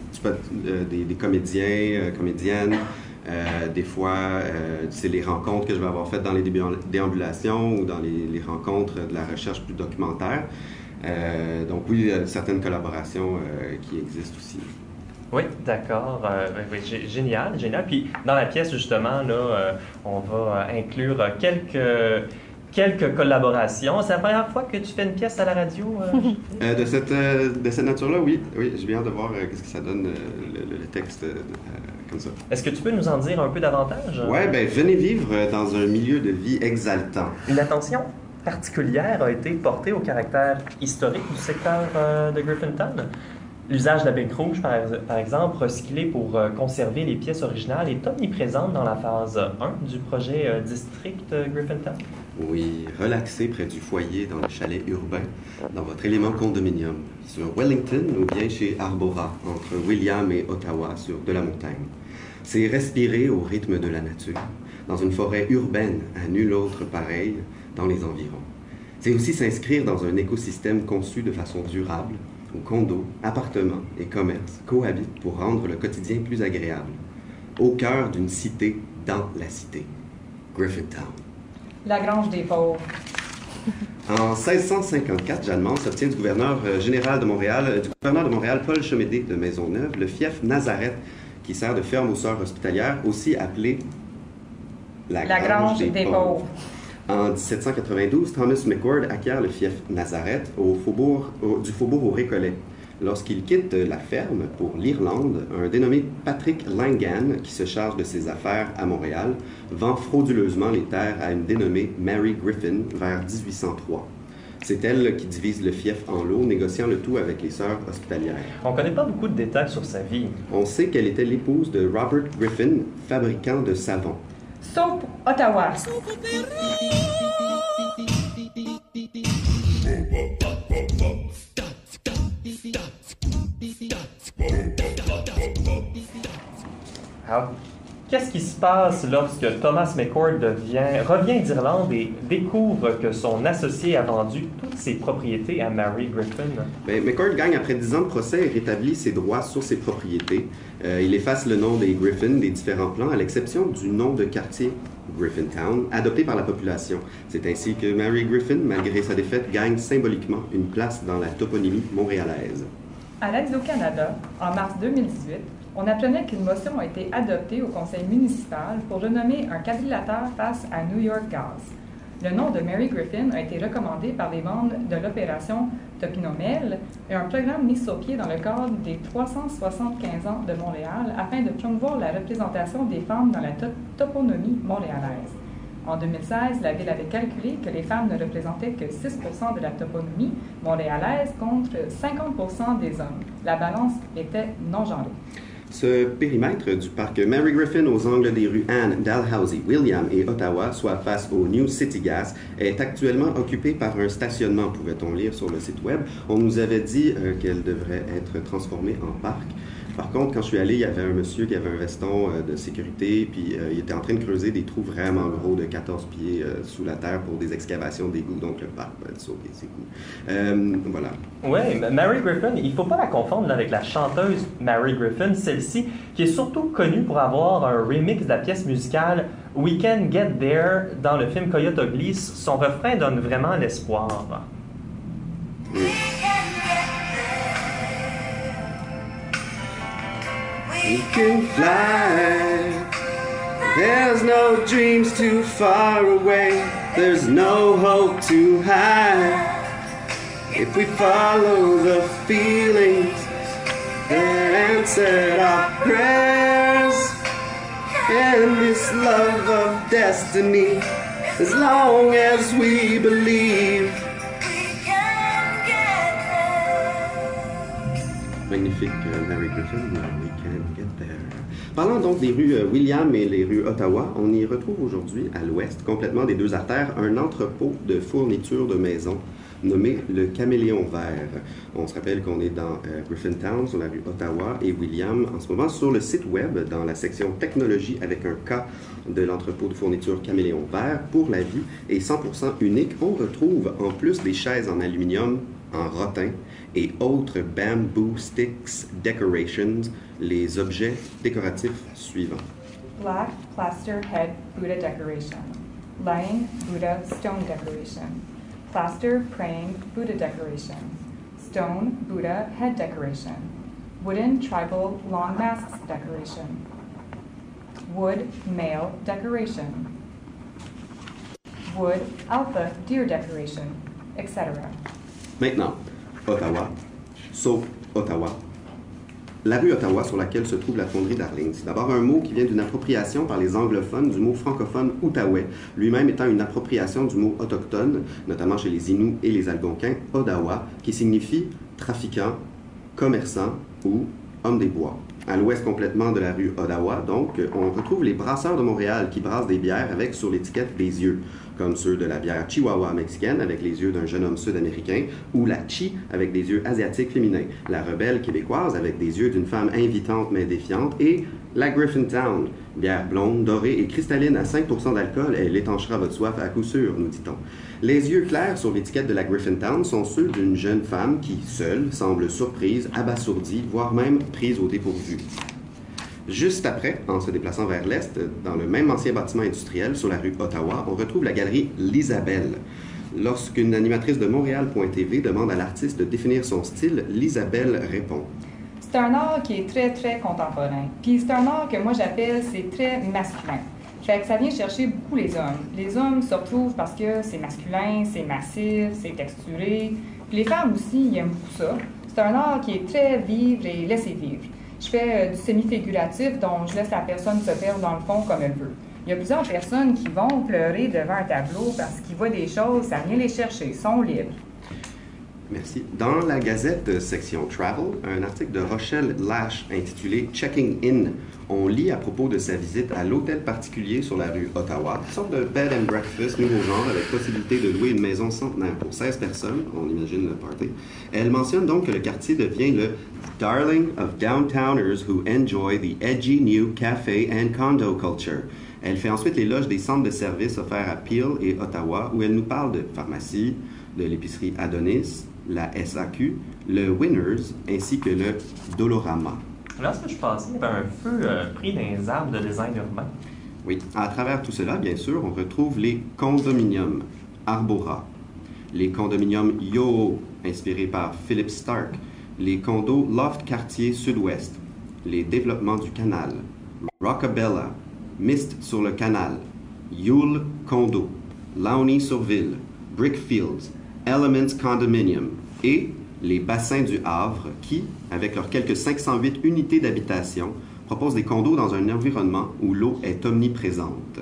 des comédiens, comédiennes. Des fois, c'est les rencontres que je vais avoir faites dans les déambulations ou dans les rencontres de la recherche plus documentaire. Donc oui, il y a certaines collaborations qui existent aussi. Oui, d'accord. Oui, génial. Puis dans la pièce, justement, là, on va inclure quelques collaborations. C'est la première fois que tu fais une pièce à la radio? De cette nature-là, oui. J'ai bien hâte de voir qu'est-ce que ça donne, le texte comme ça. Est-ce que tu peux nous en dire un peu davantage? Oui, bien, venez vivre dans un milieu de vie exaltant. Une attention particulière a été portée au caractère historique du secteur de Griffintown. L'usage de la brique rouge, par exemple, recyclée pour conserver les pièces originales, est omniprésente dans la phase 1 du projet District Griffintown. Oui, relaxez près du foyer dans le chalet urbain, dans votre élément condominium, sur Wellington ou bien chez Arbora, entre William et Ottawa, sur de la montagne. C'est respirer au rythme de la nature, dans une forêt urbaine à nul autre pareille dans les environs. C'est aussi s'inscrire dans un écosystème conçu de façon durable, où condos, appartements et commerces cohabitent pour rendre le quotidien plus agréable. Au cœur d'une cité dans la cité. Griffintown. La grange des pauvres. En 1654, Jeanne Mance obtient du gouverneur général de Montréal, Paul Chemédé de Maisonneuve, le fief Nazareth, qui sert de ferme aux sœurs hospitalières, aussi appelée la grange des pauvres. En 1792, Thomas McCord acquiert le fief Nazareth du faubourg aux Récollets. Lorsqu'il quitte la ferme pour l'Irlande, un dénommé Patrick Langan, qui se charge de ses affaires à Montréal, vend frauduleusement les terres à une dénommée Mary Griffin vers 1803. C'est elle qui divise le fief en lots, négociant le tout avec les sœurs hospitalières. On ne connaît pas beaucoup de détails sur sa vie. On sait qu'elle était l'épouse de Robert Griffin, fabricant de savon. Sauf Ottawa. Alors, qu'est-ce qui se passe lorsque Thomas McCord revient d'Irlande et découvre que son associé a vendu toutes ses propriétés à Mary Griffin? Bien, McCord gagne après 10 ans de procès et rétablit ses droits sur ses propriétés. Il efface le nom des Griffin des différents plans, à l'exception du nom de quartier Griffintown, adopté par la population. C'est ainsi que Mary Griffin, malgré sa défaite, gagne symboliquement une place dans la toponymie montréalaise. À Radio-Canada, en mars 2018, on apprenait qu'une motion a été adoptée au conseil municipal pour renommer un quadrilatère face à New York Gas. Le nom de Mary Griffin a été recommandé par les membres de l'opération Topinomel, un programme mis sur pied dans le cadre des 375 ans de Montréal afin de promouvoir la représentation des femmes dans la toponymie montréalaise. En 2016, la Ville avait calculé que les femmes ne représentaient que 6 % de la toponymie montréalaise contre 50 % des hommes. La balance était non genrée. Ce périmètre du parc Mary Griffin aux angles des rues Anne, Dalhousie, William et Ottawa, soit face au New City Gas, est actuellement occupé par un stationnement, pouvait-on lire sur le site web. On nous avait dit qu'elle devrait être transformée en parc. Par contre, quand je suis allé, il y avait un monsieur qui avait un veston de sécurité, puis il était en train de creuser des trous vraiment gros de 14 pieds sous la terre pour des excavations d'égouts. Donc le parc va être sauvé, c'est cool. Voilà. Oui, Mary Griffin, il ne faut pas la confondre avec la chanteuse Mary Griffin, celle-ci, qui est surtout connue pour avoir un remix de la pièce musicale We Can Get There dans le film Coyote Ugly. Son refrain donne vraiment l'espoir. Oui. We can fly. There's no dreams too far away. There's no hope too high. If we follow the feelings that answered our prayers, and this love of destiny, as long as we believe. Magnifique, Mary Griffin, We Can Get There. Parlant donc des rues William et les rues Ottawa, on y retrouve aujourd'hui, à l'ouest, complètement des deux artères, un entrepôt de fourniture de maison nommé le Caméléon Vert. On se rappelle qu'on est dans Griffintown, sur la rue Ottawa, et William, en ce moment, sur le site web, dans la section technologie, avec un K de l'entrepôt de fourniture Caméléon Vert, pour la vie, et 100% unique, on retrouve, en plus des chaises en aluminium, en rotin, et autres bamboo sticks decorations, les objets décoratifs suivants. Black plaster head Buddha decoration. Lying Buddha stone decoration. Plaster praying Buddha decoration. Stone Buddha head decoration. Wooden tribal long masks decoration. Wood male decoration. Wood alpha deer decoration, etc. Maintenant, Ottawa, sauf Ottawa. La rue Ottawa sur laquelle se trouve la fonderie Darling. C'est d'abord un mot qui vient d'une appropriation par les anglophones du mot francophone Outaouais, lui-même étant une appropriation du mot autochtone, notamment chez les Inuits et les Algonquins, Odawa, qui signifie trafiquant, commerçant ou homme des bois. À l'ouest complètement de la rue Ottawa, donc, on retrouve les brasseurs de Montréal qui brassent des bières avec sur l'étiquette des yeux, comme ceux de la bière Chihuahua mexicaine avec les yeux d'un jeune homme sud-américain, ou la Chi avec des yeux asiatiques féminins, la Rebelle québécoise avec des yeux d'une femme invitante mais défiante, et la Griffintown, bière blonde, dorée et cristalline à 5% d'alcool, elle étanchera votre soif à coup sûr, nous dit-on. Les yeux clairs sur l'étiquette de la Griffintown sont ceux d'une jeune femme qui, seule, semble surprise, abasourdie, voire même prise au dépourvu. Juste après, en se déplaçant vers l'est, dans le même ancien bâtiment industriel sur la rue Ottawa, on retrouve la galerie L'Isabelle. Lorsqu'une animatrice de Montréal.tv demande à l'artiste de définir son style, L'Isabelle répond. C'est un art qui est très, très contemporain. Puis c'est un art que moi j'appelle, c'est très masculin. Fait que ça vient chercher beaucoup les hommes. Les hommes se retrouvent parce que c'est masculin, c'est massif, c'est texturé. Puis les femmes aussi, ils aiment beaucoup ça. C'est un art qui est très vivre et laisser vivre. Je fais du semi-figuratif, donc je laisse la personne se perdre dans le fond comme elle veut. Il y a plusieurs personnes qui vont pleurer devant un tableau parce qu'ils voient des choses, ça vient les chercher, ils sont libres. Merci. Dans la Gazette section Travel, un article de Rochelle Lash intitulé Checking In, on lit à propos de sa visite à l'hôtel particulier sur la rue Ottawa, une sorte de bed and breakfast nouveau genre avec possibilité de louer une maison centenaire pour 16 personnes, on imagine le party. Elle mentionne donc que le quartier devient le darling of downtowners who enjoy the edgy new café and condo culture. Elle fait ensuite l'éloge des centres de services offerts à Peel et Ottawa, où elle nous parle de pharmacie, de l'épicerie Adonis, la SAQ, le Winners, ainsi que le Dolorama. Lorsque je passais, il y avait un feu pris dans les arbres de design urbain. Oui, à travers tout cela, bien sûr, on retrouve les condominiums Arbora, les condominiums Yoho, inspirés par Philip Stark, les condos Loft Quartier Sud-Ouest, les développements du canal, Rockabella, Mist sur le canal, Yule Condo, Launay sur Ville, Brickfields, Elements Condominium et les bassins du Havre qui, avec leurs quelques 508 unités d'habitation, proposent des condos dans un environnement où l'eau est omniprésente.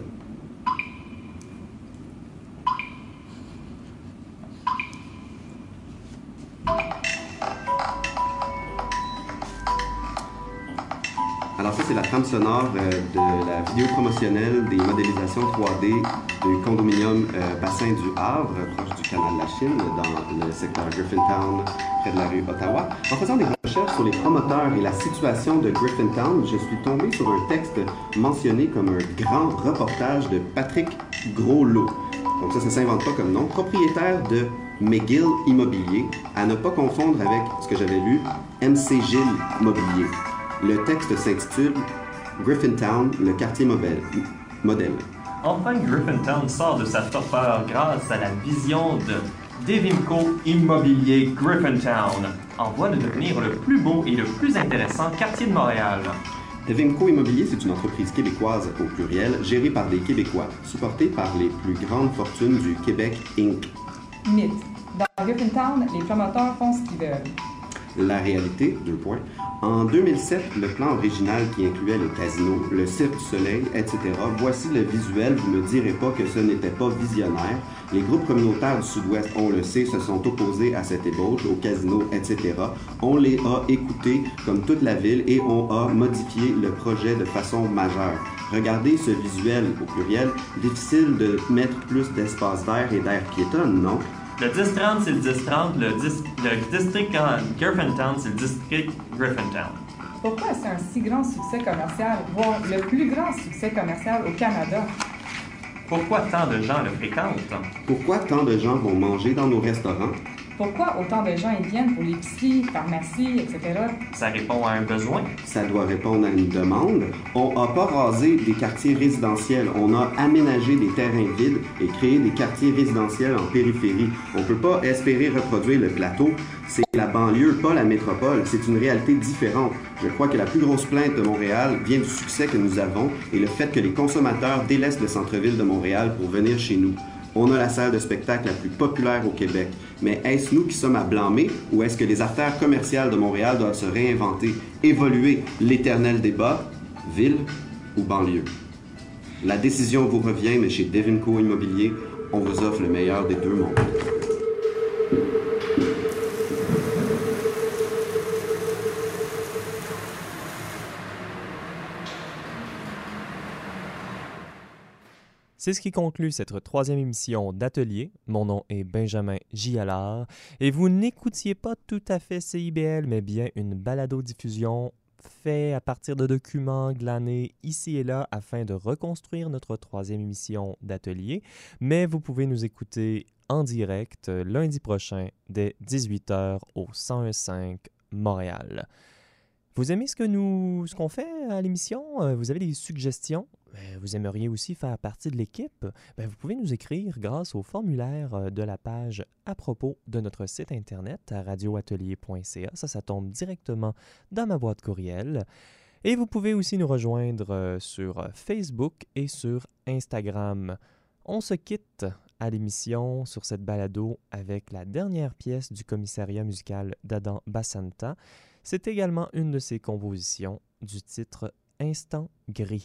Alors ça, c'est la trame sonore de la vidéo promotionnelle des modélisations 3D du condominium Bassin du Havre, proche du canal de la Chine, dans le secteur Griffintown, près de la rue Ottawa. En faisant des recherches sur les promoteurs et la situation de Griffintown, je suis tombé sur un texte mentionné comme un grand reportage de Patrick Groslot. Donc ça s'invente pas comme nom. Propriétaire de McGill Immobilier, à ne pas confondre avec ce que j'avais lu, MC Gill Immobilier. Le texte s'intitule Griffintown, le quartier modèle. Enfin, Griffintown sort de sa torpeur grâce à la vision de Devinco Immobilier Griffintown, en voie de devenir le plus beau et le plus intéressant quartier de Montréal. Devinco Immobilier, c'est une entreprise québécoise au pluriel, gérée par des Québécois, supportée par les plus grandes fortunes du Québec Inc. Mythe. Dans Griffintown, les promoteurs font ce qu'ils veulent. La réalité, 2 points. En 2007, le plan original qui incluait le casino, le Cirque du Soleil, etc. Voici le visuel, vous ne me direz pas que ce n'était pas visionnaire. Les groupes communautaires du Sud-Ouest, on le sait, se sont opposés à cette ébauche, au casino, etc. On les a écoutés, comme toute la ville, et on a modifié le projet de façon majeure. Regardez ce visuel, au pluriel, difficile de mettre plus d'espace vert et d'air piétonne, non? Le 10-30, c'est le 10-30. Le district Griffintown, c'est le district Griffintown. Pourquoi c'est un si grand succès commercial, voire le plus grand succès commercial au Canada? Pourquoi tant de gens le fréquentent? Pourquoi tant de gens vont manger dans nos restaurants? Pourquoi autant de gens y viennent pour l'épicerie, pharmacie, etc.? Ça répond à un besoin. Ça doit répondre à une demande. On n'a pas rasé des quartiers résidentiels. On a aménagé des terrains vides et créé des quartiers résidentiels en périphérie. On ne peut pas espérer reproduire le plateau. C'est la banlieue, pas la métropole. C'est une réalité différente. Je crois que la plus grosse plainte de Montréal vient du succès que nous avons et le fait que les consommateurs délaissent le centre-ville de Montréal pour venir chez nous. On a la salle de spectacle la plus populaire au Québec. Mais est-ce nous qui sommes à blâmer ou est-ce que les artères commerciales de Montréal doivent se réinventer, évoluer, l'éternel débat, ville ou banlieue? La décision vous revient, mais chez Devinco Immobilier, on vous offre le meilleur des deux mondes. C'est ce qui conclut cette troisième émission d'Atelier. Mon nom est Benjamin J. Allard et vous n'écoutiez pas tout à fait CIBL, mais bien une balado-diffusion faite à partir de documents glanés ici et là afin de reconstruire notre troisième émission d'Atelier. Mais vous pouvez nous écouter en direct lundi prochain dès 18h au 101.5 Montréal. Vous aimez ce qu'on fait à l'émission? Vous avez des suggestions? Vous aimeriez aussi faire partie de l'équipe? Vous pouvez nous écrire grâce au formulaire de la page à propos de notre site internet à radioatelier.ca. Ça tombe directement dans ma boîte courriel. Et vous pouvez aussi nous rejoindre sur Facebook et sur Instagram. On se quitte à l'émission sur cette balado avec la dernière pièce du commissariat musical d'Adam Basanta. C'est également une de ses compositions du titre Instant gris.